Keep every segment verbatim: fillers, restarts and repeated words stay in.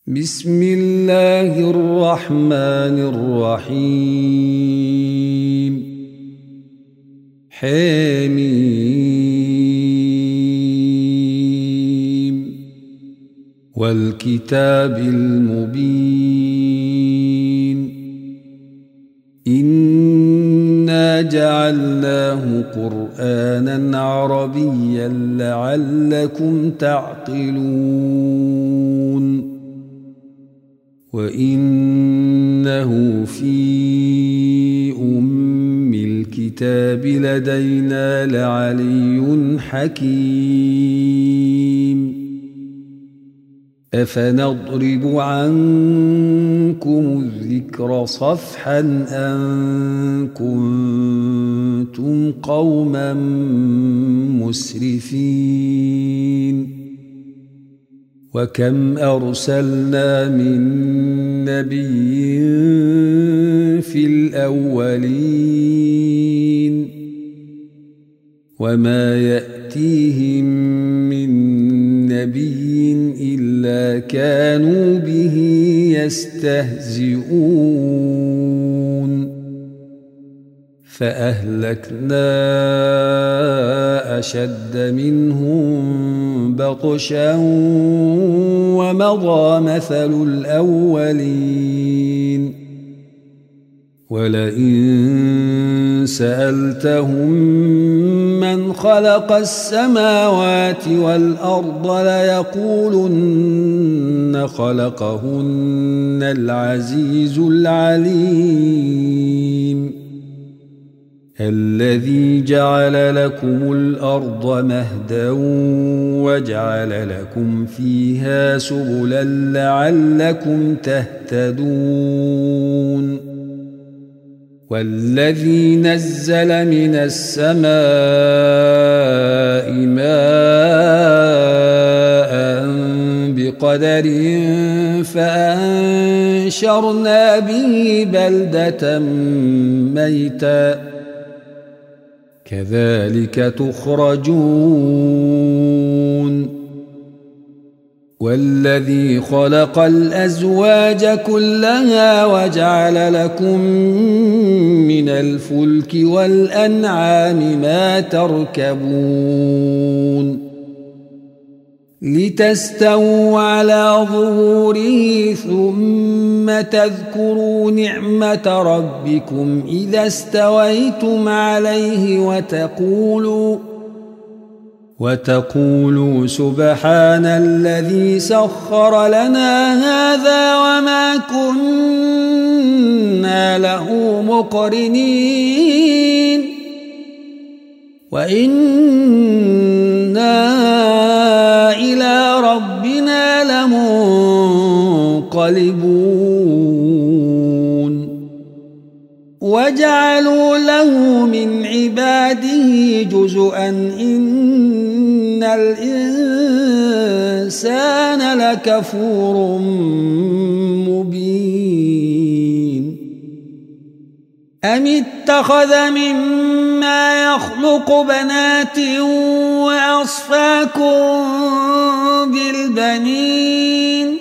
بسم الله الرحمن الرحيم حميم والكتاب المبين إنا جعلناه قرآنا عربيا لعلكم تعقلون وإنه في أم الكتاب لدينا لعلي حكيم أفنضرب عنكم الذكر صفحا أن كنتم قوما مسرفين وكم أرسلنا من نبي في الأولين وما يأتيهم من نبي إلا كانوا به يستهزئون فأهلكنا أشد منهم بطشا ومضى مثل الأولين ولئن سألتهم من خلق السماوات والأرض ليقولن خلقهن العزيز العليم الذي جعل لكم الأرض مهدا وجعل لكم فيها سبلا لعلكم تهتدون والذي نزل من السماء ماء بقدر فأنشرنا به بلدة ميتا كذلك تخرجون والذي خلق الأزواج كلها وجعل لكم من الفلك والأنعام ما تركبون لتستووا على ظهوره ثم تذكروا نعمة ربكم إذا استويتم عليه وتقولوا وتقولوا سبحان الذي سخر لنا هذا وما كنا له مقرنين وإنا إلى ربنا لمنقلبون وجعلوا له من عباده جزءا إن الإنسان لكفور مبين أم اتخذ مما يخلق بنات وأصفاكم بالبنين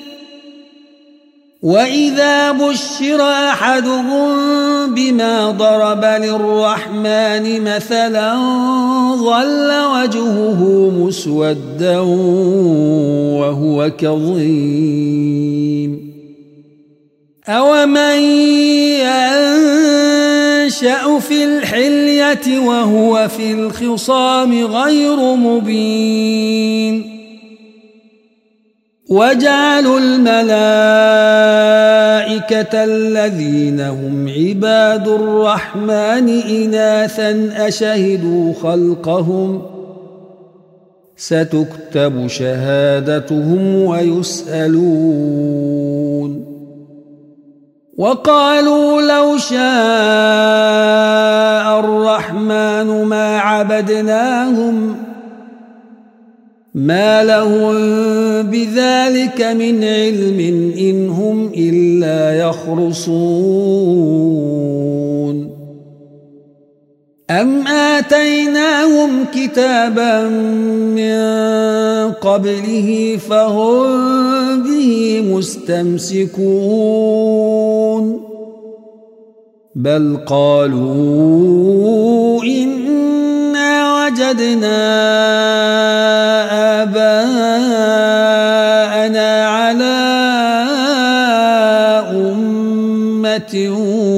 وإذا بشر أحدهم بما ضرب للرحمن مثلا ظل وجهه مسودا وهو كظيم أومن ينشأ في الحلية وهو في الخصام غير مبين وجعلوا الملائكة الذين هم عباد الرحمن إناثا أشهدوا خلقهم ستكتب شهادتهم ويسألون وقالوا لو شاء الرحمن ما عبدناهم ما لهم بذلك من علم إن هم إلا يخرصون أم آتيناهم كتابا من قبله فهم به مستمسكون بل قالوا إنا وجدنا آباءنا على أمة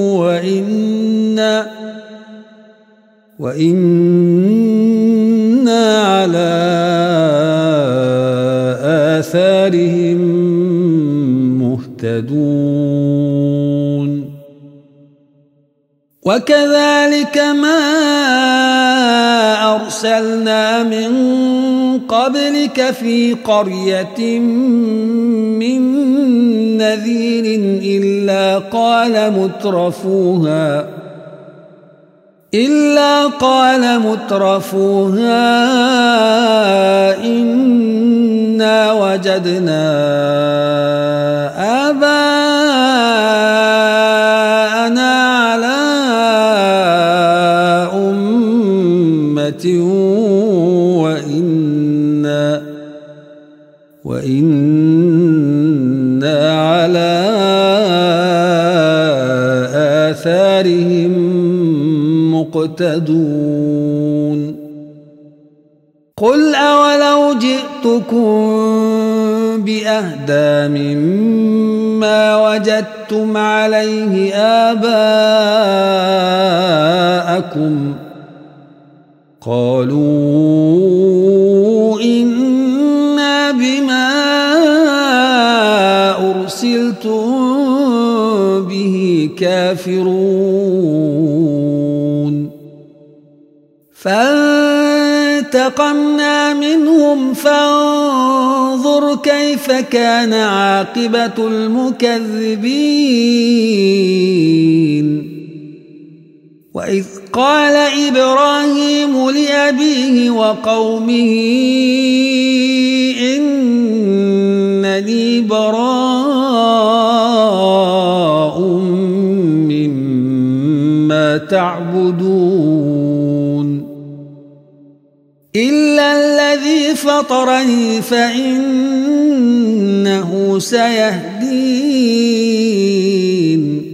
وإنا وإنا على آثارهم مهتدون وكذلك ما أرسلنا من قبلك في قرية من نذير إلا قال مترفوها إلا قال مترفوها إنا وجدنا آباءنا على أمة وإنا وإنا على آثارهم مقتدون قل أولو جئتكم بأهدى مما وجدتم عليه آباءكم قالوا إنا بما أرسلتم به كافرون فانتقمنا منهم فانظر كيف كان عاقبة المكذبين وإذ قال إبراهيم لأبيه وقومه إنني براء مما تعبدون إلا الذي فطرني فإنه سيهدين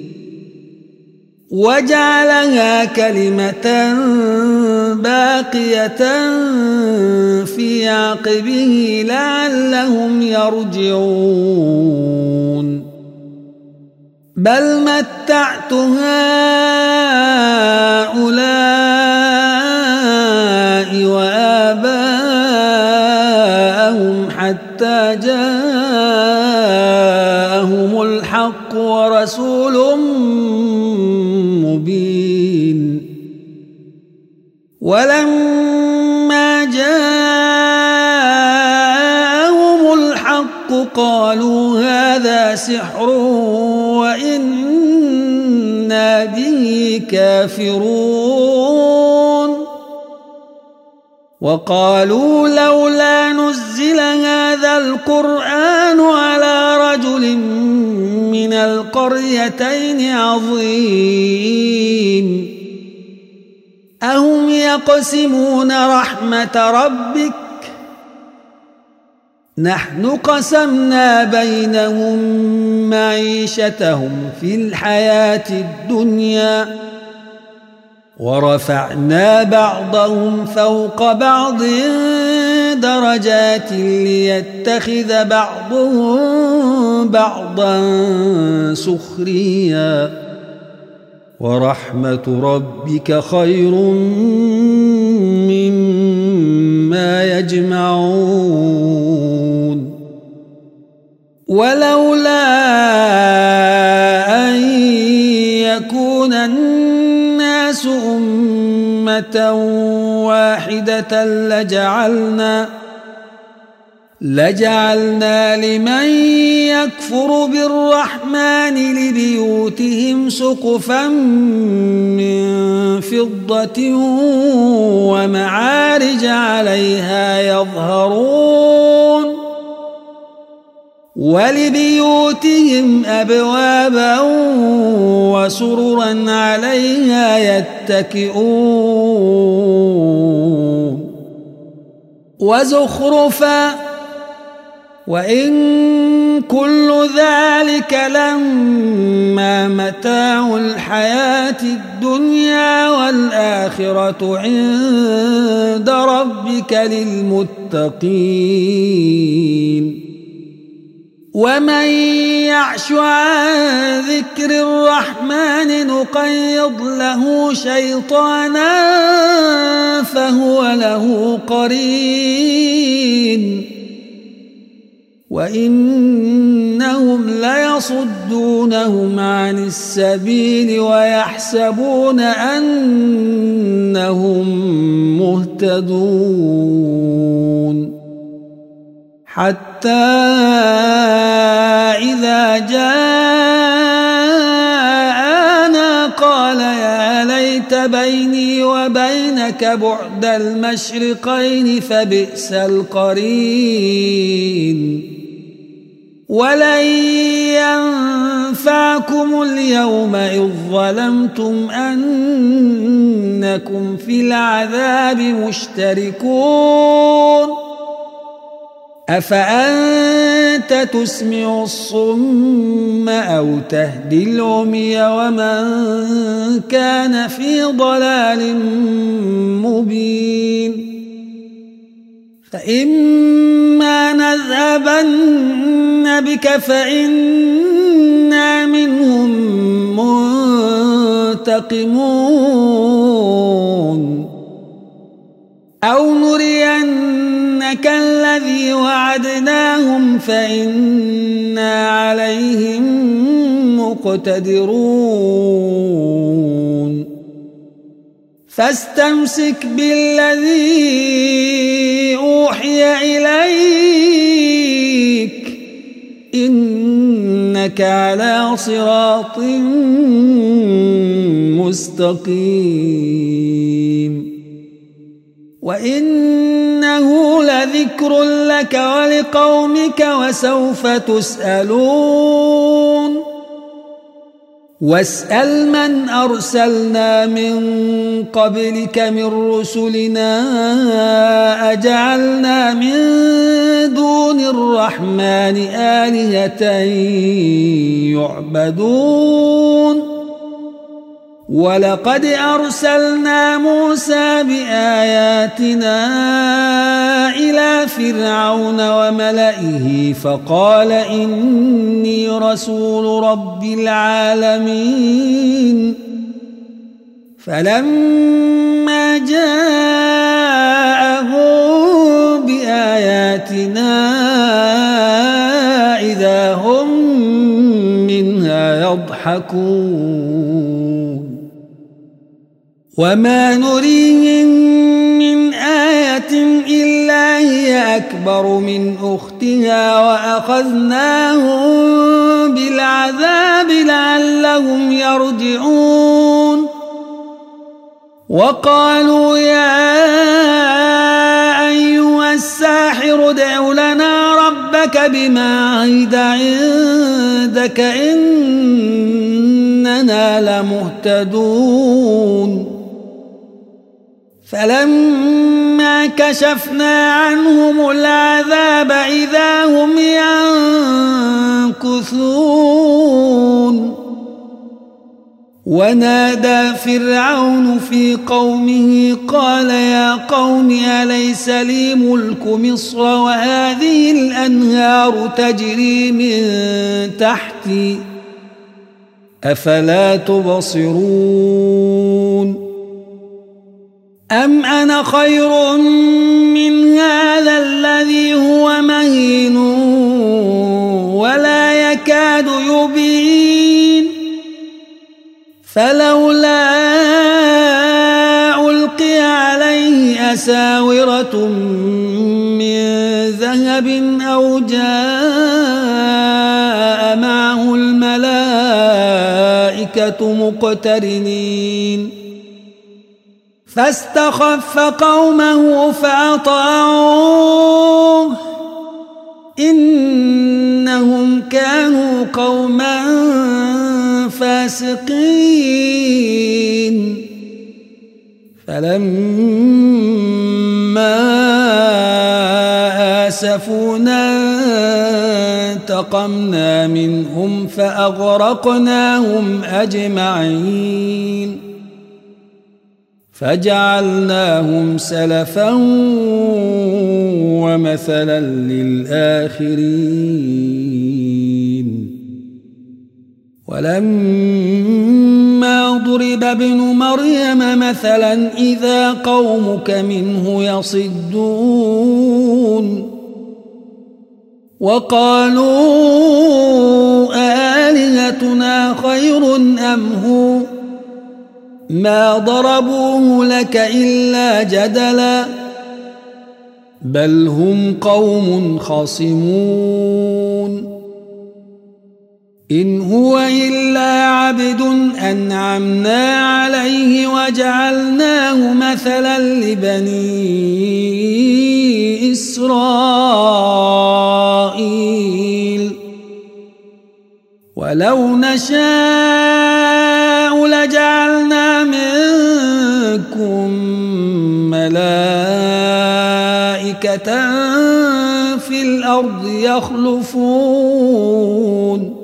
وجعلها كلمة باقية في عقبه لعلهم يرجعون بل متعت هؤلاء وآباءهم حتى جاءهم الحق ورسول مبين ولما جاءهم الحق قالوا هذا سحر وإنا به كافرون وقالوا لولا نزل هذا القرآن على رجل من القريتين عظيم أهم يقسمون رحمة ربك نحن قسمنا بينهم معيشتهم في الحياة الدنيا ورفعنا بعضهم فوق بعض درجات ليتخذ بعضهم بعضا سخريا ورحمة ربك خير مما يجمعون ولولا أن يكون الناس أمة واحدة لجعلنا لجعلنا لمن يكفر بالرحمن لبيوتهم سقفا من فضة ومعارج عليها يظهرون ولبيوتهم أبوابا وسررا عليها يتكئون وزخرفا وإن كل ذلك لما متاع الحياة الدنيا والآخرة عند ربك للمتقين ومن يعش عن ذكر الرحمن نقيض له شيطانا فهو له قرين وإنهم ليصدونهم عن السبيل ويحسبون أنهم مهتدون حتى إذا جاءنا قال يا ليت بيني وبينك بعد المشرقين فبئس القرين ولن ينفعكم اليوم إذ ظلمتم أنكم في العذاب مشتركون أفأنت تسمع الصم أو تهدي العمي ومن كان في ضلال مبين فإما نذهبن بك فإنا منهم منتقمون أو نرينك الذي وعدناهم فإنا عليهم مقتدرون فاستمسك بالذي أوحي إليك إنك على صراط مستقيم وإنه لذكر لك ولقومك وسوف تسألون واسأل من أرسلنا من قبلك من رسلنا أجعلنا من دون الرحمن آلهة يعبدون ولقد أرسلنا موسى بآياتنا إلى فرعون وملئه فقال إني رسول رب العالمين فلما جاءهم بآياتنا إذا هم منها يضحكون وما نريهم من آية إلا هي أكبر من أختها وأخذناهم بالعذاب لعلهم يرجعون وقالوا يا أيها الساحر ادع لنا ربك بما عهد عندك إننا لمهتدون فلما كشفنا عنهم العذاب إذا هم ينكثون ونادى فرعون في قومه قال يا قوم أليس لي ملك مصر وهذه الأنهار تجري من تحتي أفلا تبصرون أم أنا خير من هذا الذي هو مهين ولا يكاد يبين فلولا ألقي عليه أساورة من ذهب أو جاء معه الملائكة مقترنين فاستخف قومه فأطاعوه إنهم كانوا قوما فاسقين فلما آسفونا انتقمنا منهم فأغرقناهم أجمعين فجعلناهم سلفا ومثلا للآخرين ولما ضرب ابن مريم مثلا إذا قومك منه يصدون وقالوا آلهتنا خير أم هو ما ضربوه لك إلا جدلا بل هم قوم خصمون إن هو إلا عبد أنعمنا عليه وجعلناه مثلا لبني إسرائيل ولو نشاء لجعلنا منكم ملائكة في الأرض يخلفون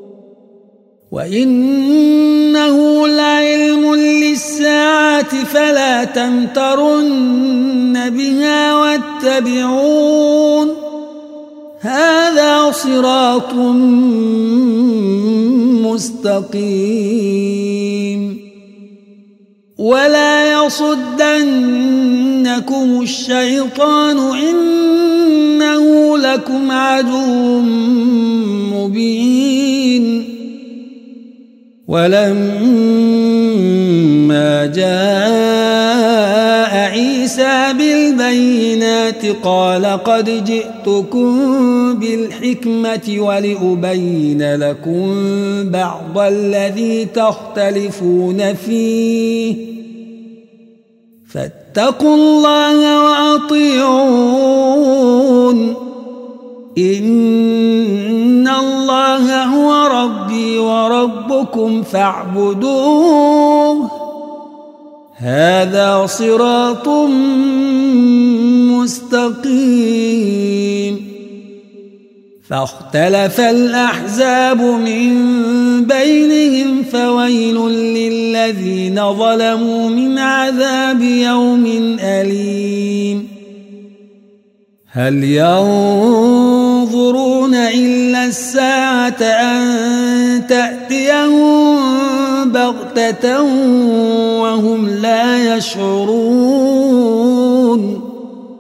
وإنه لعلم للساعة فلا تمترن بها واتبعون هذا صراط مستقيم ولا يصدنكم الشيطان إنه لكم عدو مبين ولما جاء عيسى بالبينات قال قد جئتكم بالحكمة ولأبين لكم بعض الذي تختلفون فيه فاتقوا الله وأطيعون إن الله هو ربي وربكم فاعبدوه هذا صراط مستقيم فاختلف الأحزاب من بينهم فويل للذين ظلموا من عذاب يوم أليم هل ينظرون إلا الساعة أن تأتيهم بغتة وهم لا يشعرون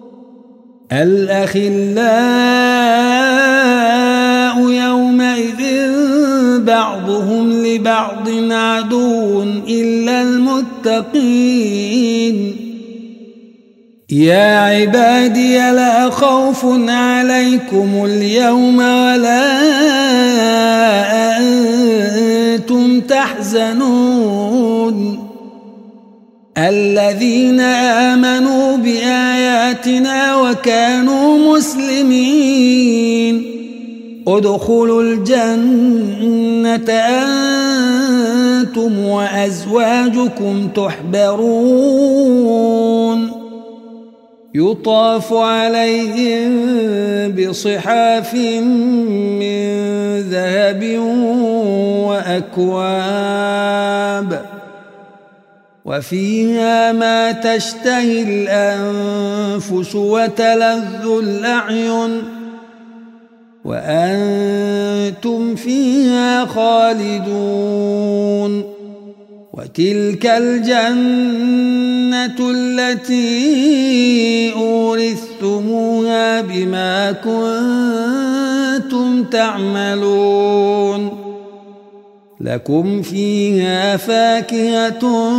الأخلاء يومئذ بعضهم لبعض عدو إلا المتقين يا عبادي لا خوف عليكم اليوم ولا أنتم تحزنون الذين آمنوا بآياتنا وكانوا مسلمين ادخلوا الجنة أنتم وأزواجكم تحبرون يطاف عليهم بصحاف من ذهب وأكواب وفيها ما تشتهي الأنفس وتلذ الأعين وأنتم فيها خالدون وتلك الجنة التي أورثتموها بما كنتم تعملون لكم فيها فاكهة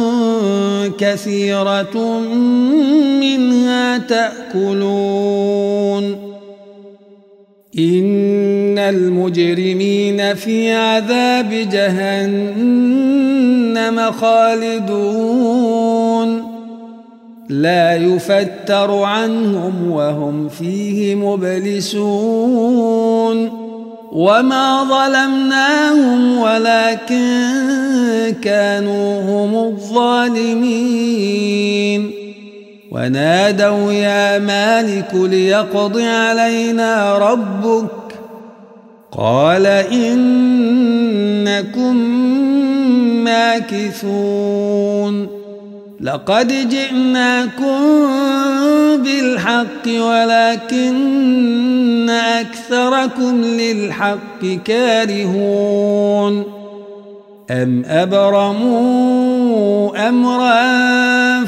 كثيرة منها تأكلون إن المجرمين في عذاب جهنم خالدون لا يفتر عنهم وهم فيه مبلسون وما ظلمناهم ولكن كانوا هم الظالمين ونادوا يا مالك ليقض علينا ربك قال إنكم ماكثون لقد جئناكم بالحق ولكن أكثركم للحق كارهون أم أبرموا أمرا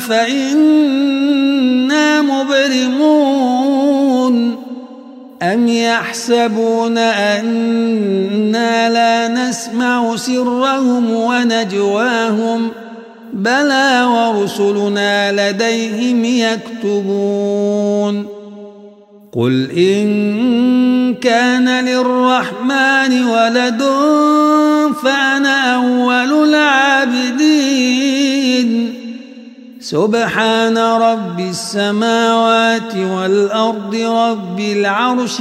فإنا مبرمون أم يحسبون أنا لا نسمع سرهم ونجواهم بلى ورسلنا لديهم يكتبون قل إن كان للرحمن ولد فأنا أول العابدين سبحان رب السماوات والأرض رب العرش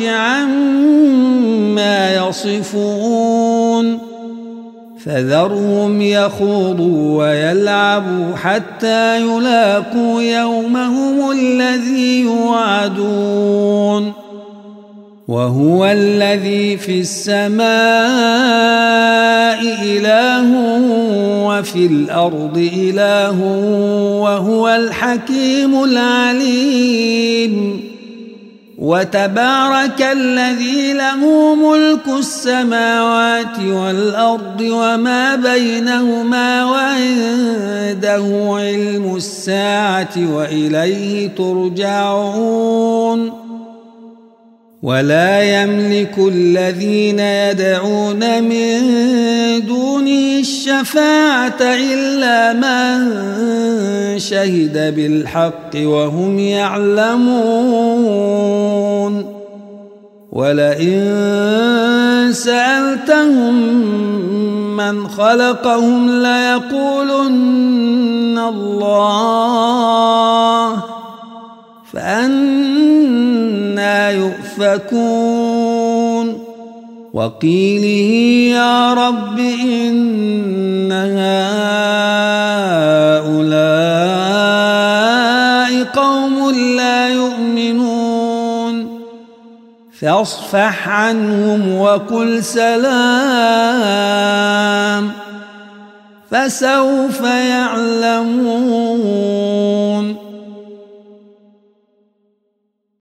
عما يصفون فذرهم يخوضوا ويلعبوا حتى يلاقوا يومهم الذي يوعدون وهو الذي في السماء إله وفي الأرض إله وهو الحكيم العليم وتبارك الذي له ملك السماوات والأرض وما بينهما وعنده علم الساعة وإليه ترجعون ولا يملك الذين يدعون من دونه الشفاعة إلا من شهد بالحق وهم يعلمون ولئن سألتهم من خلقهم ليقولن الله فأنى يؤفكون وقيله يا رب إن هؤلاء قوم لا يؤمنون فاصفح عنهم وقل سلام فسوف يعلمون.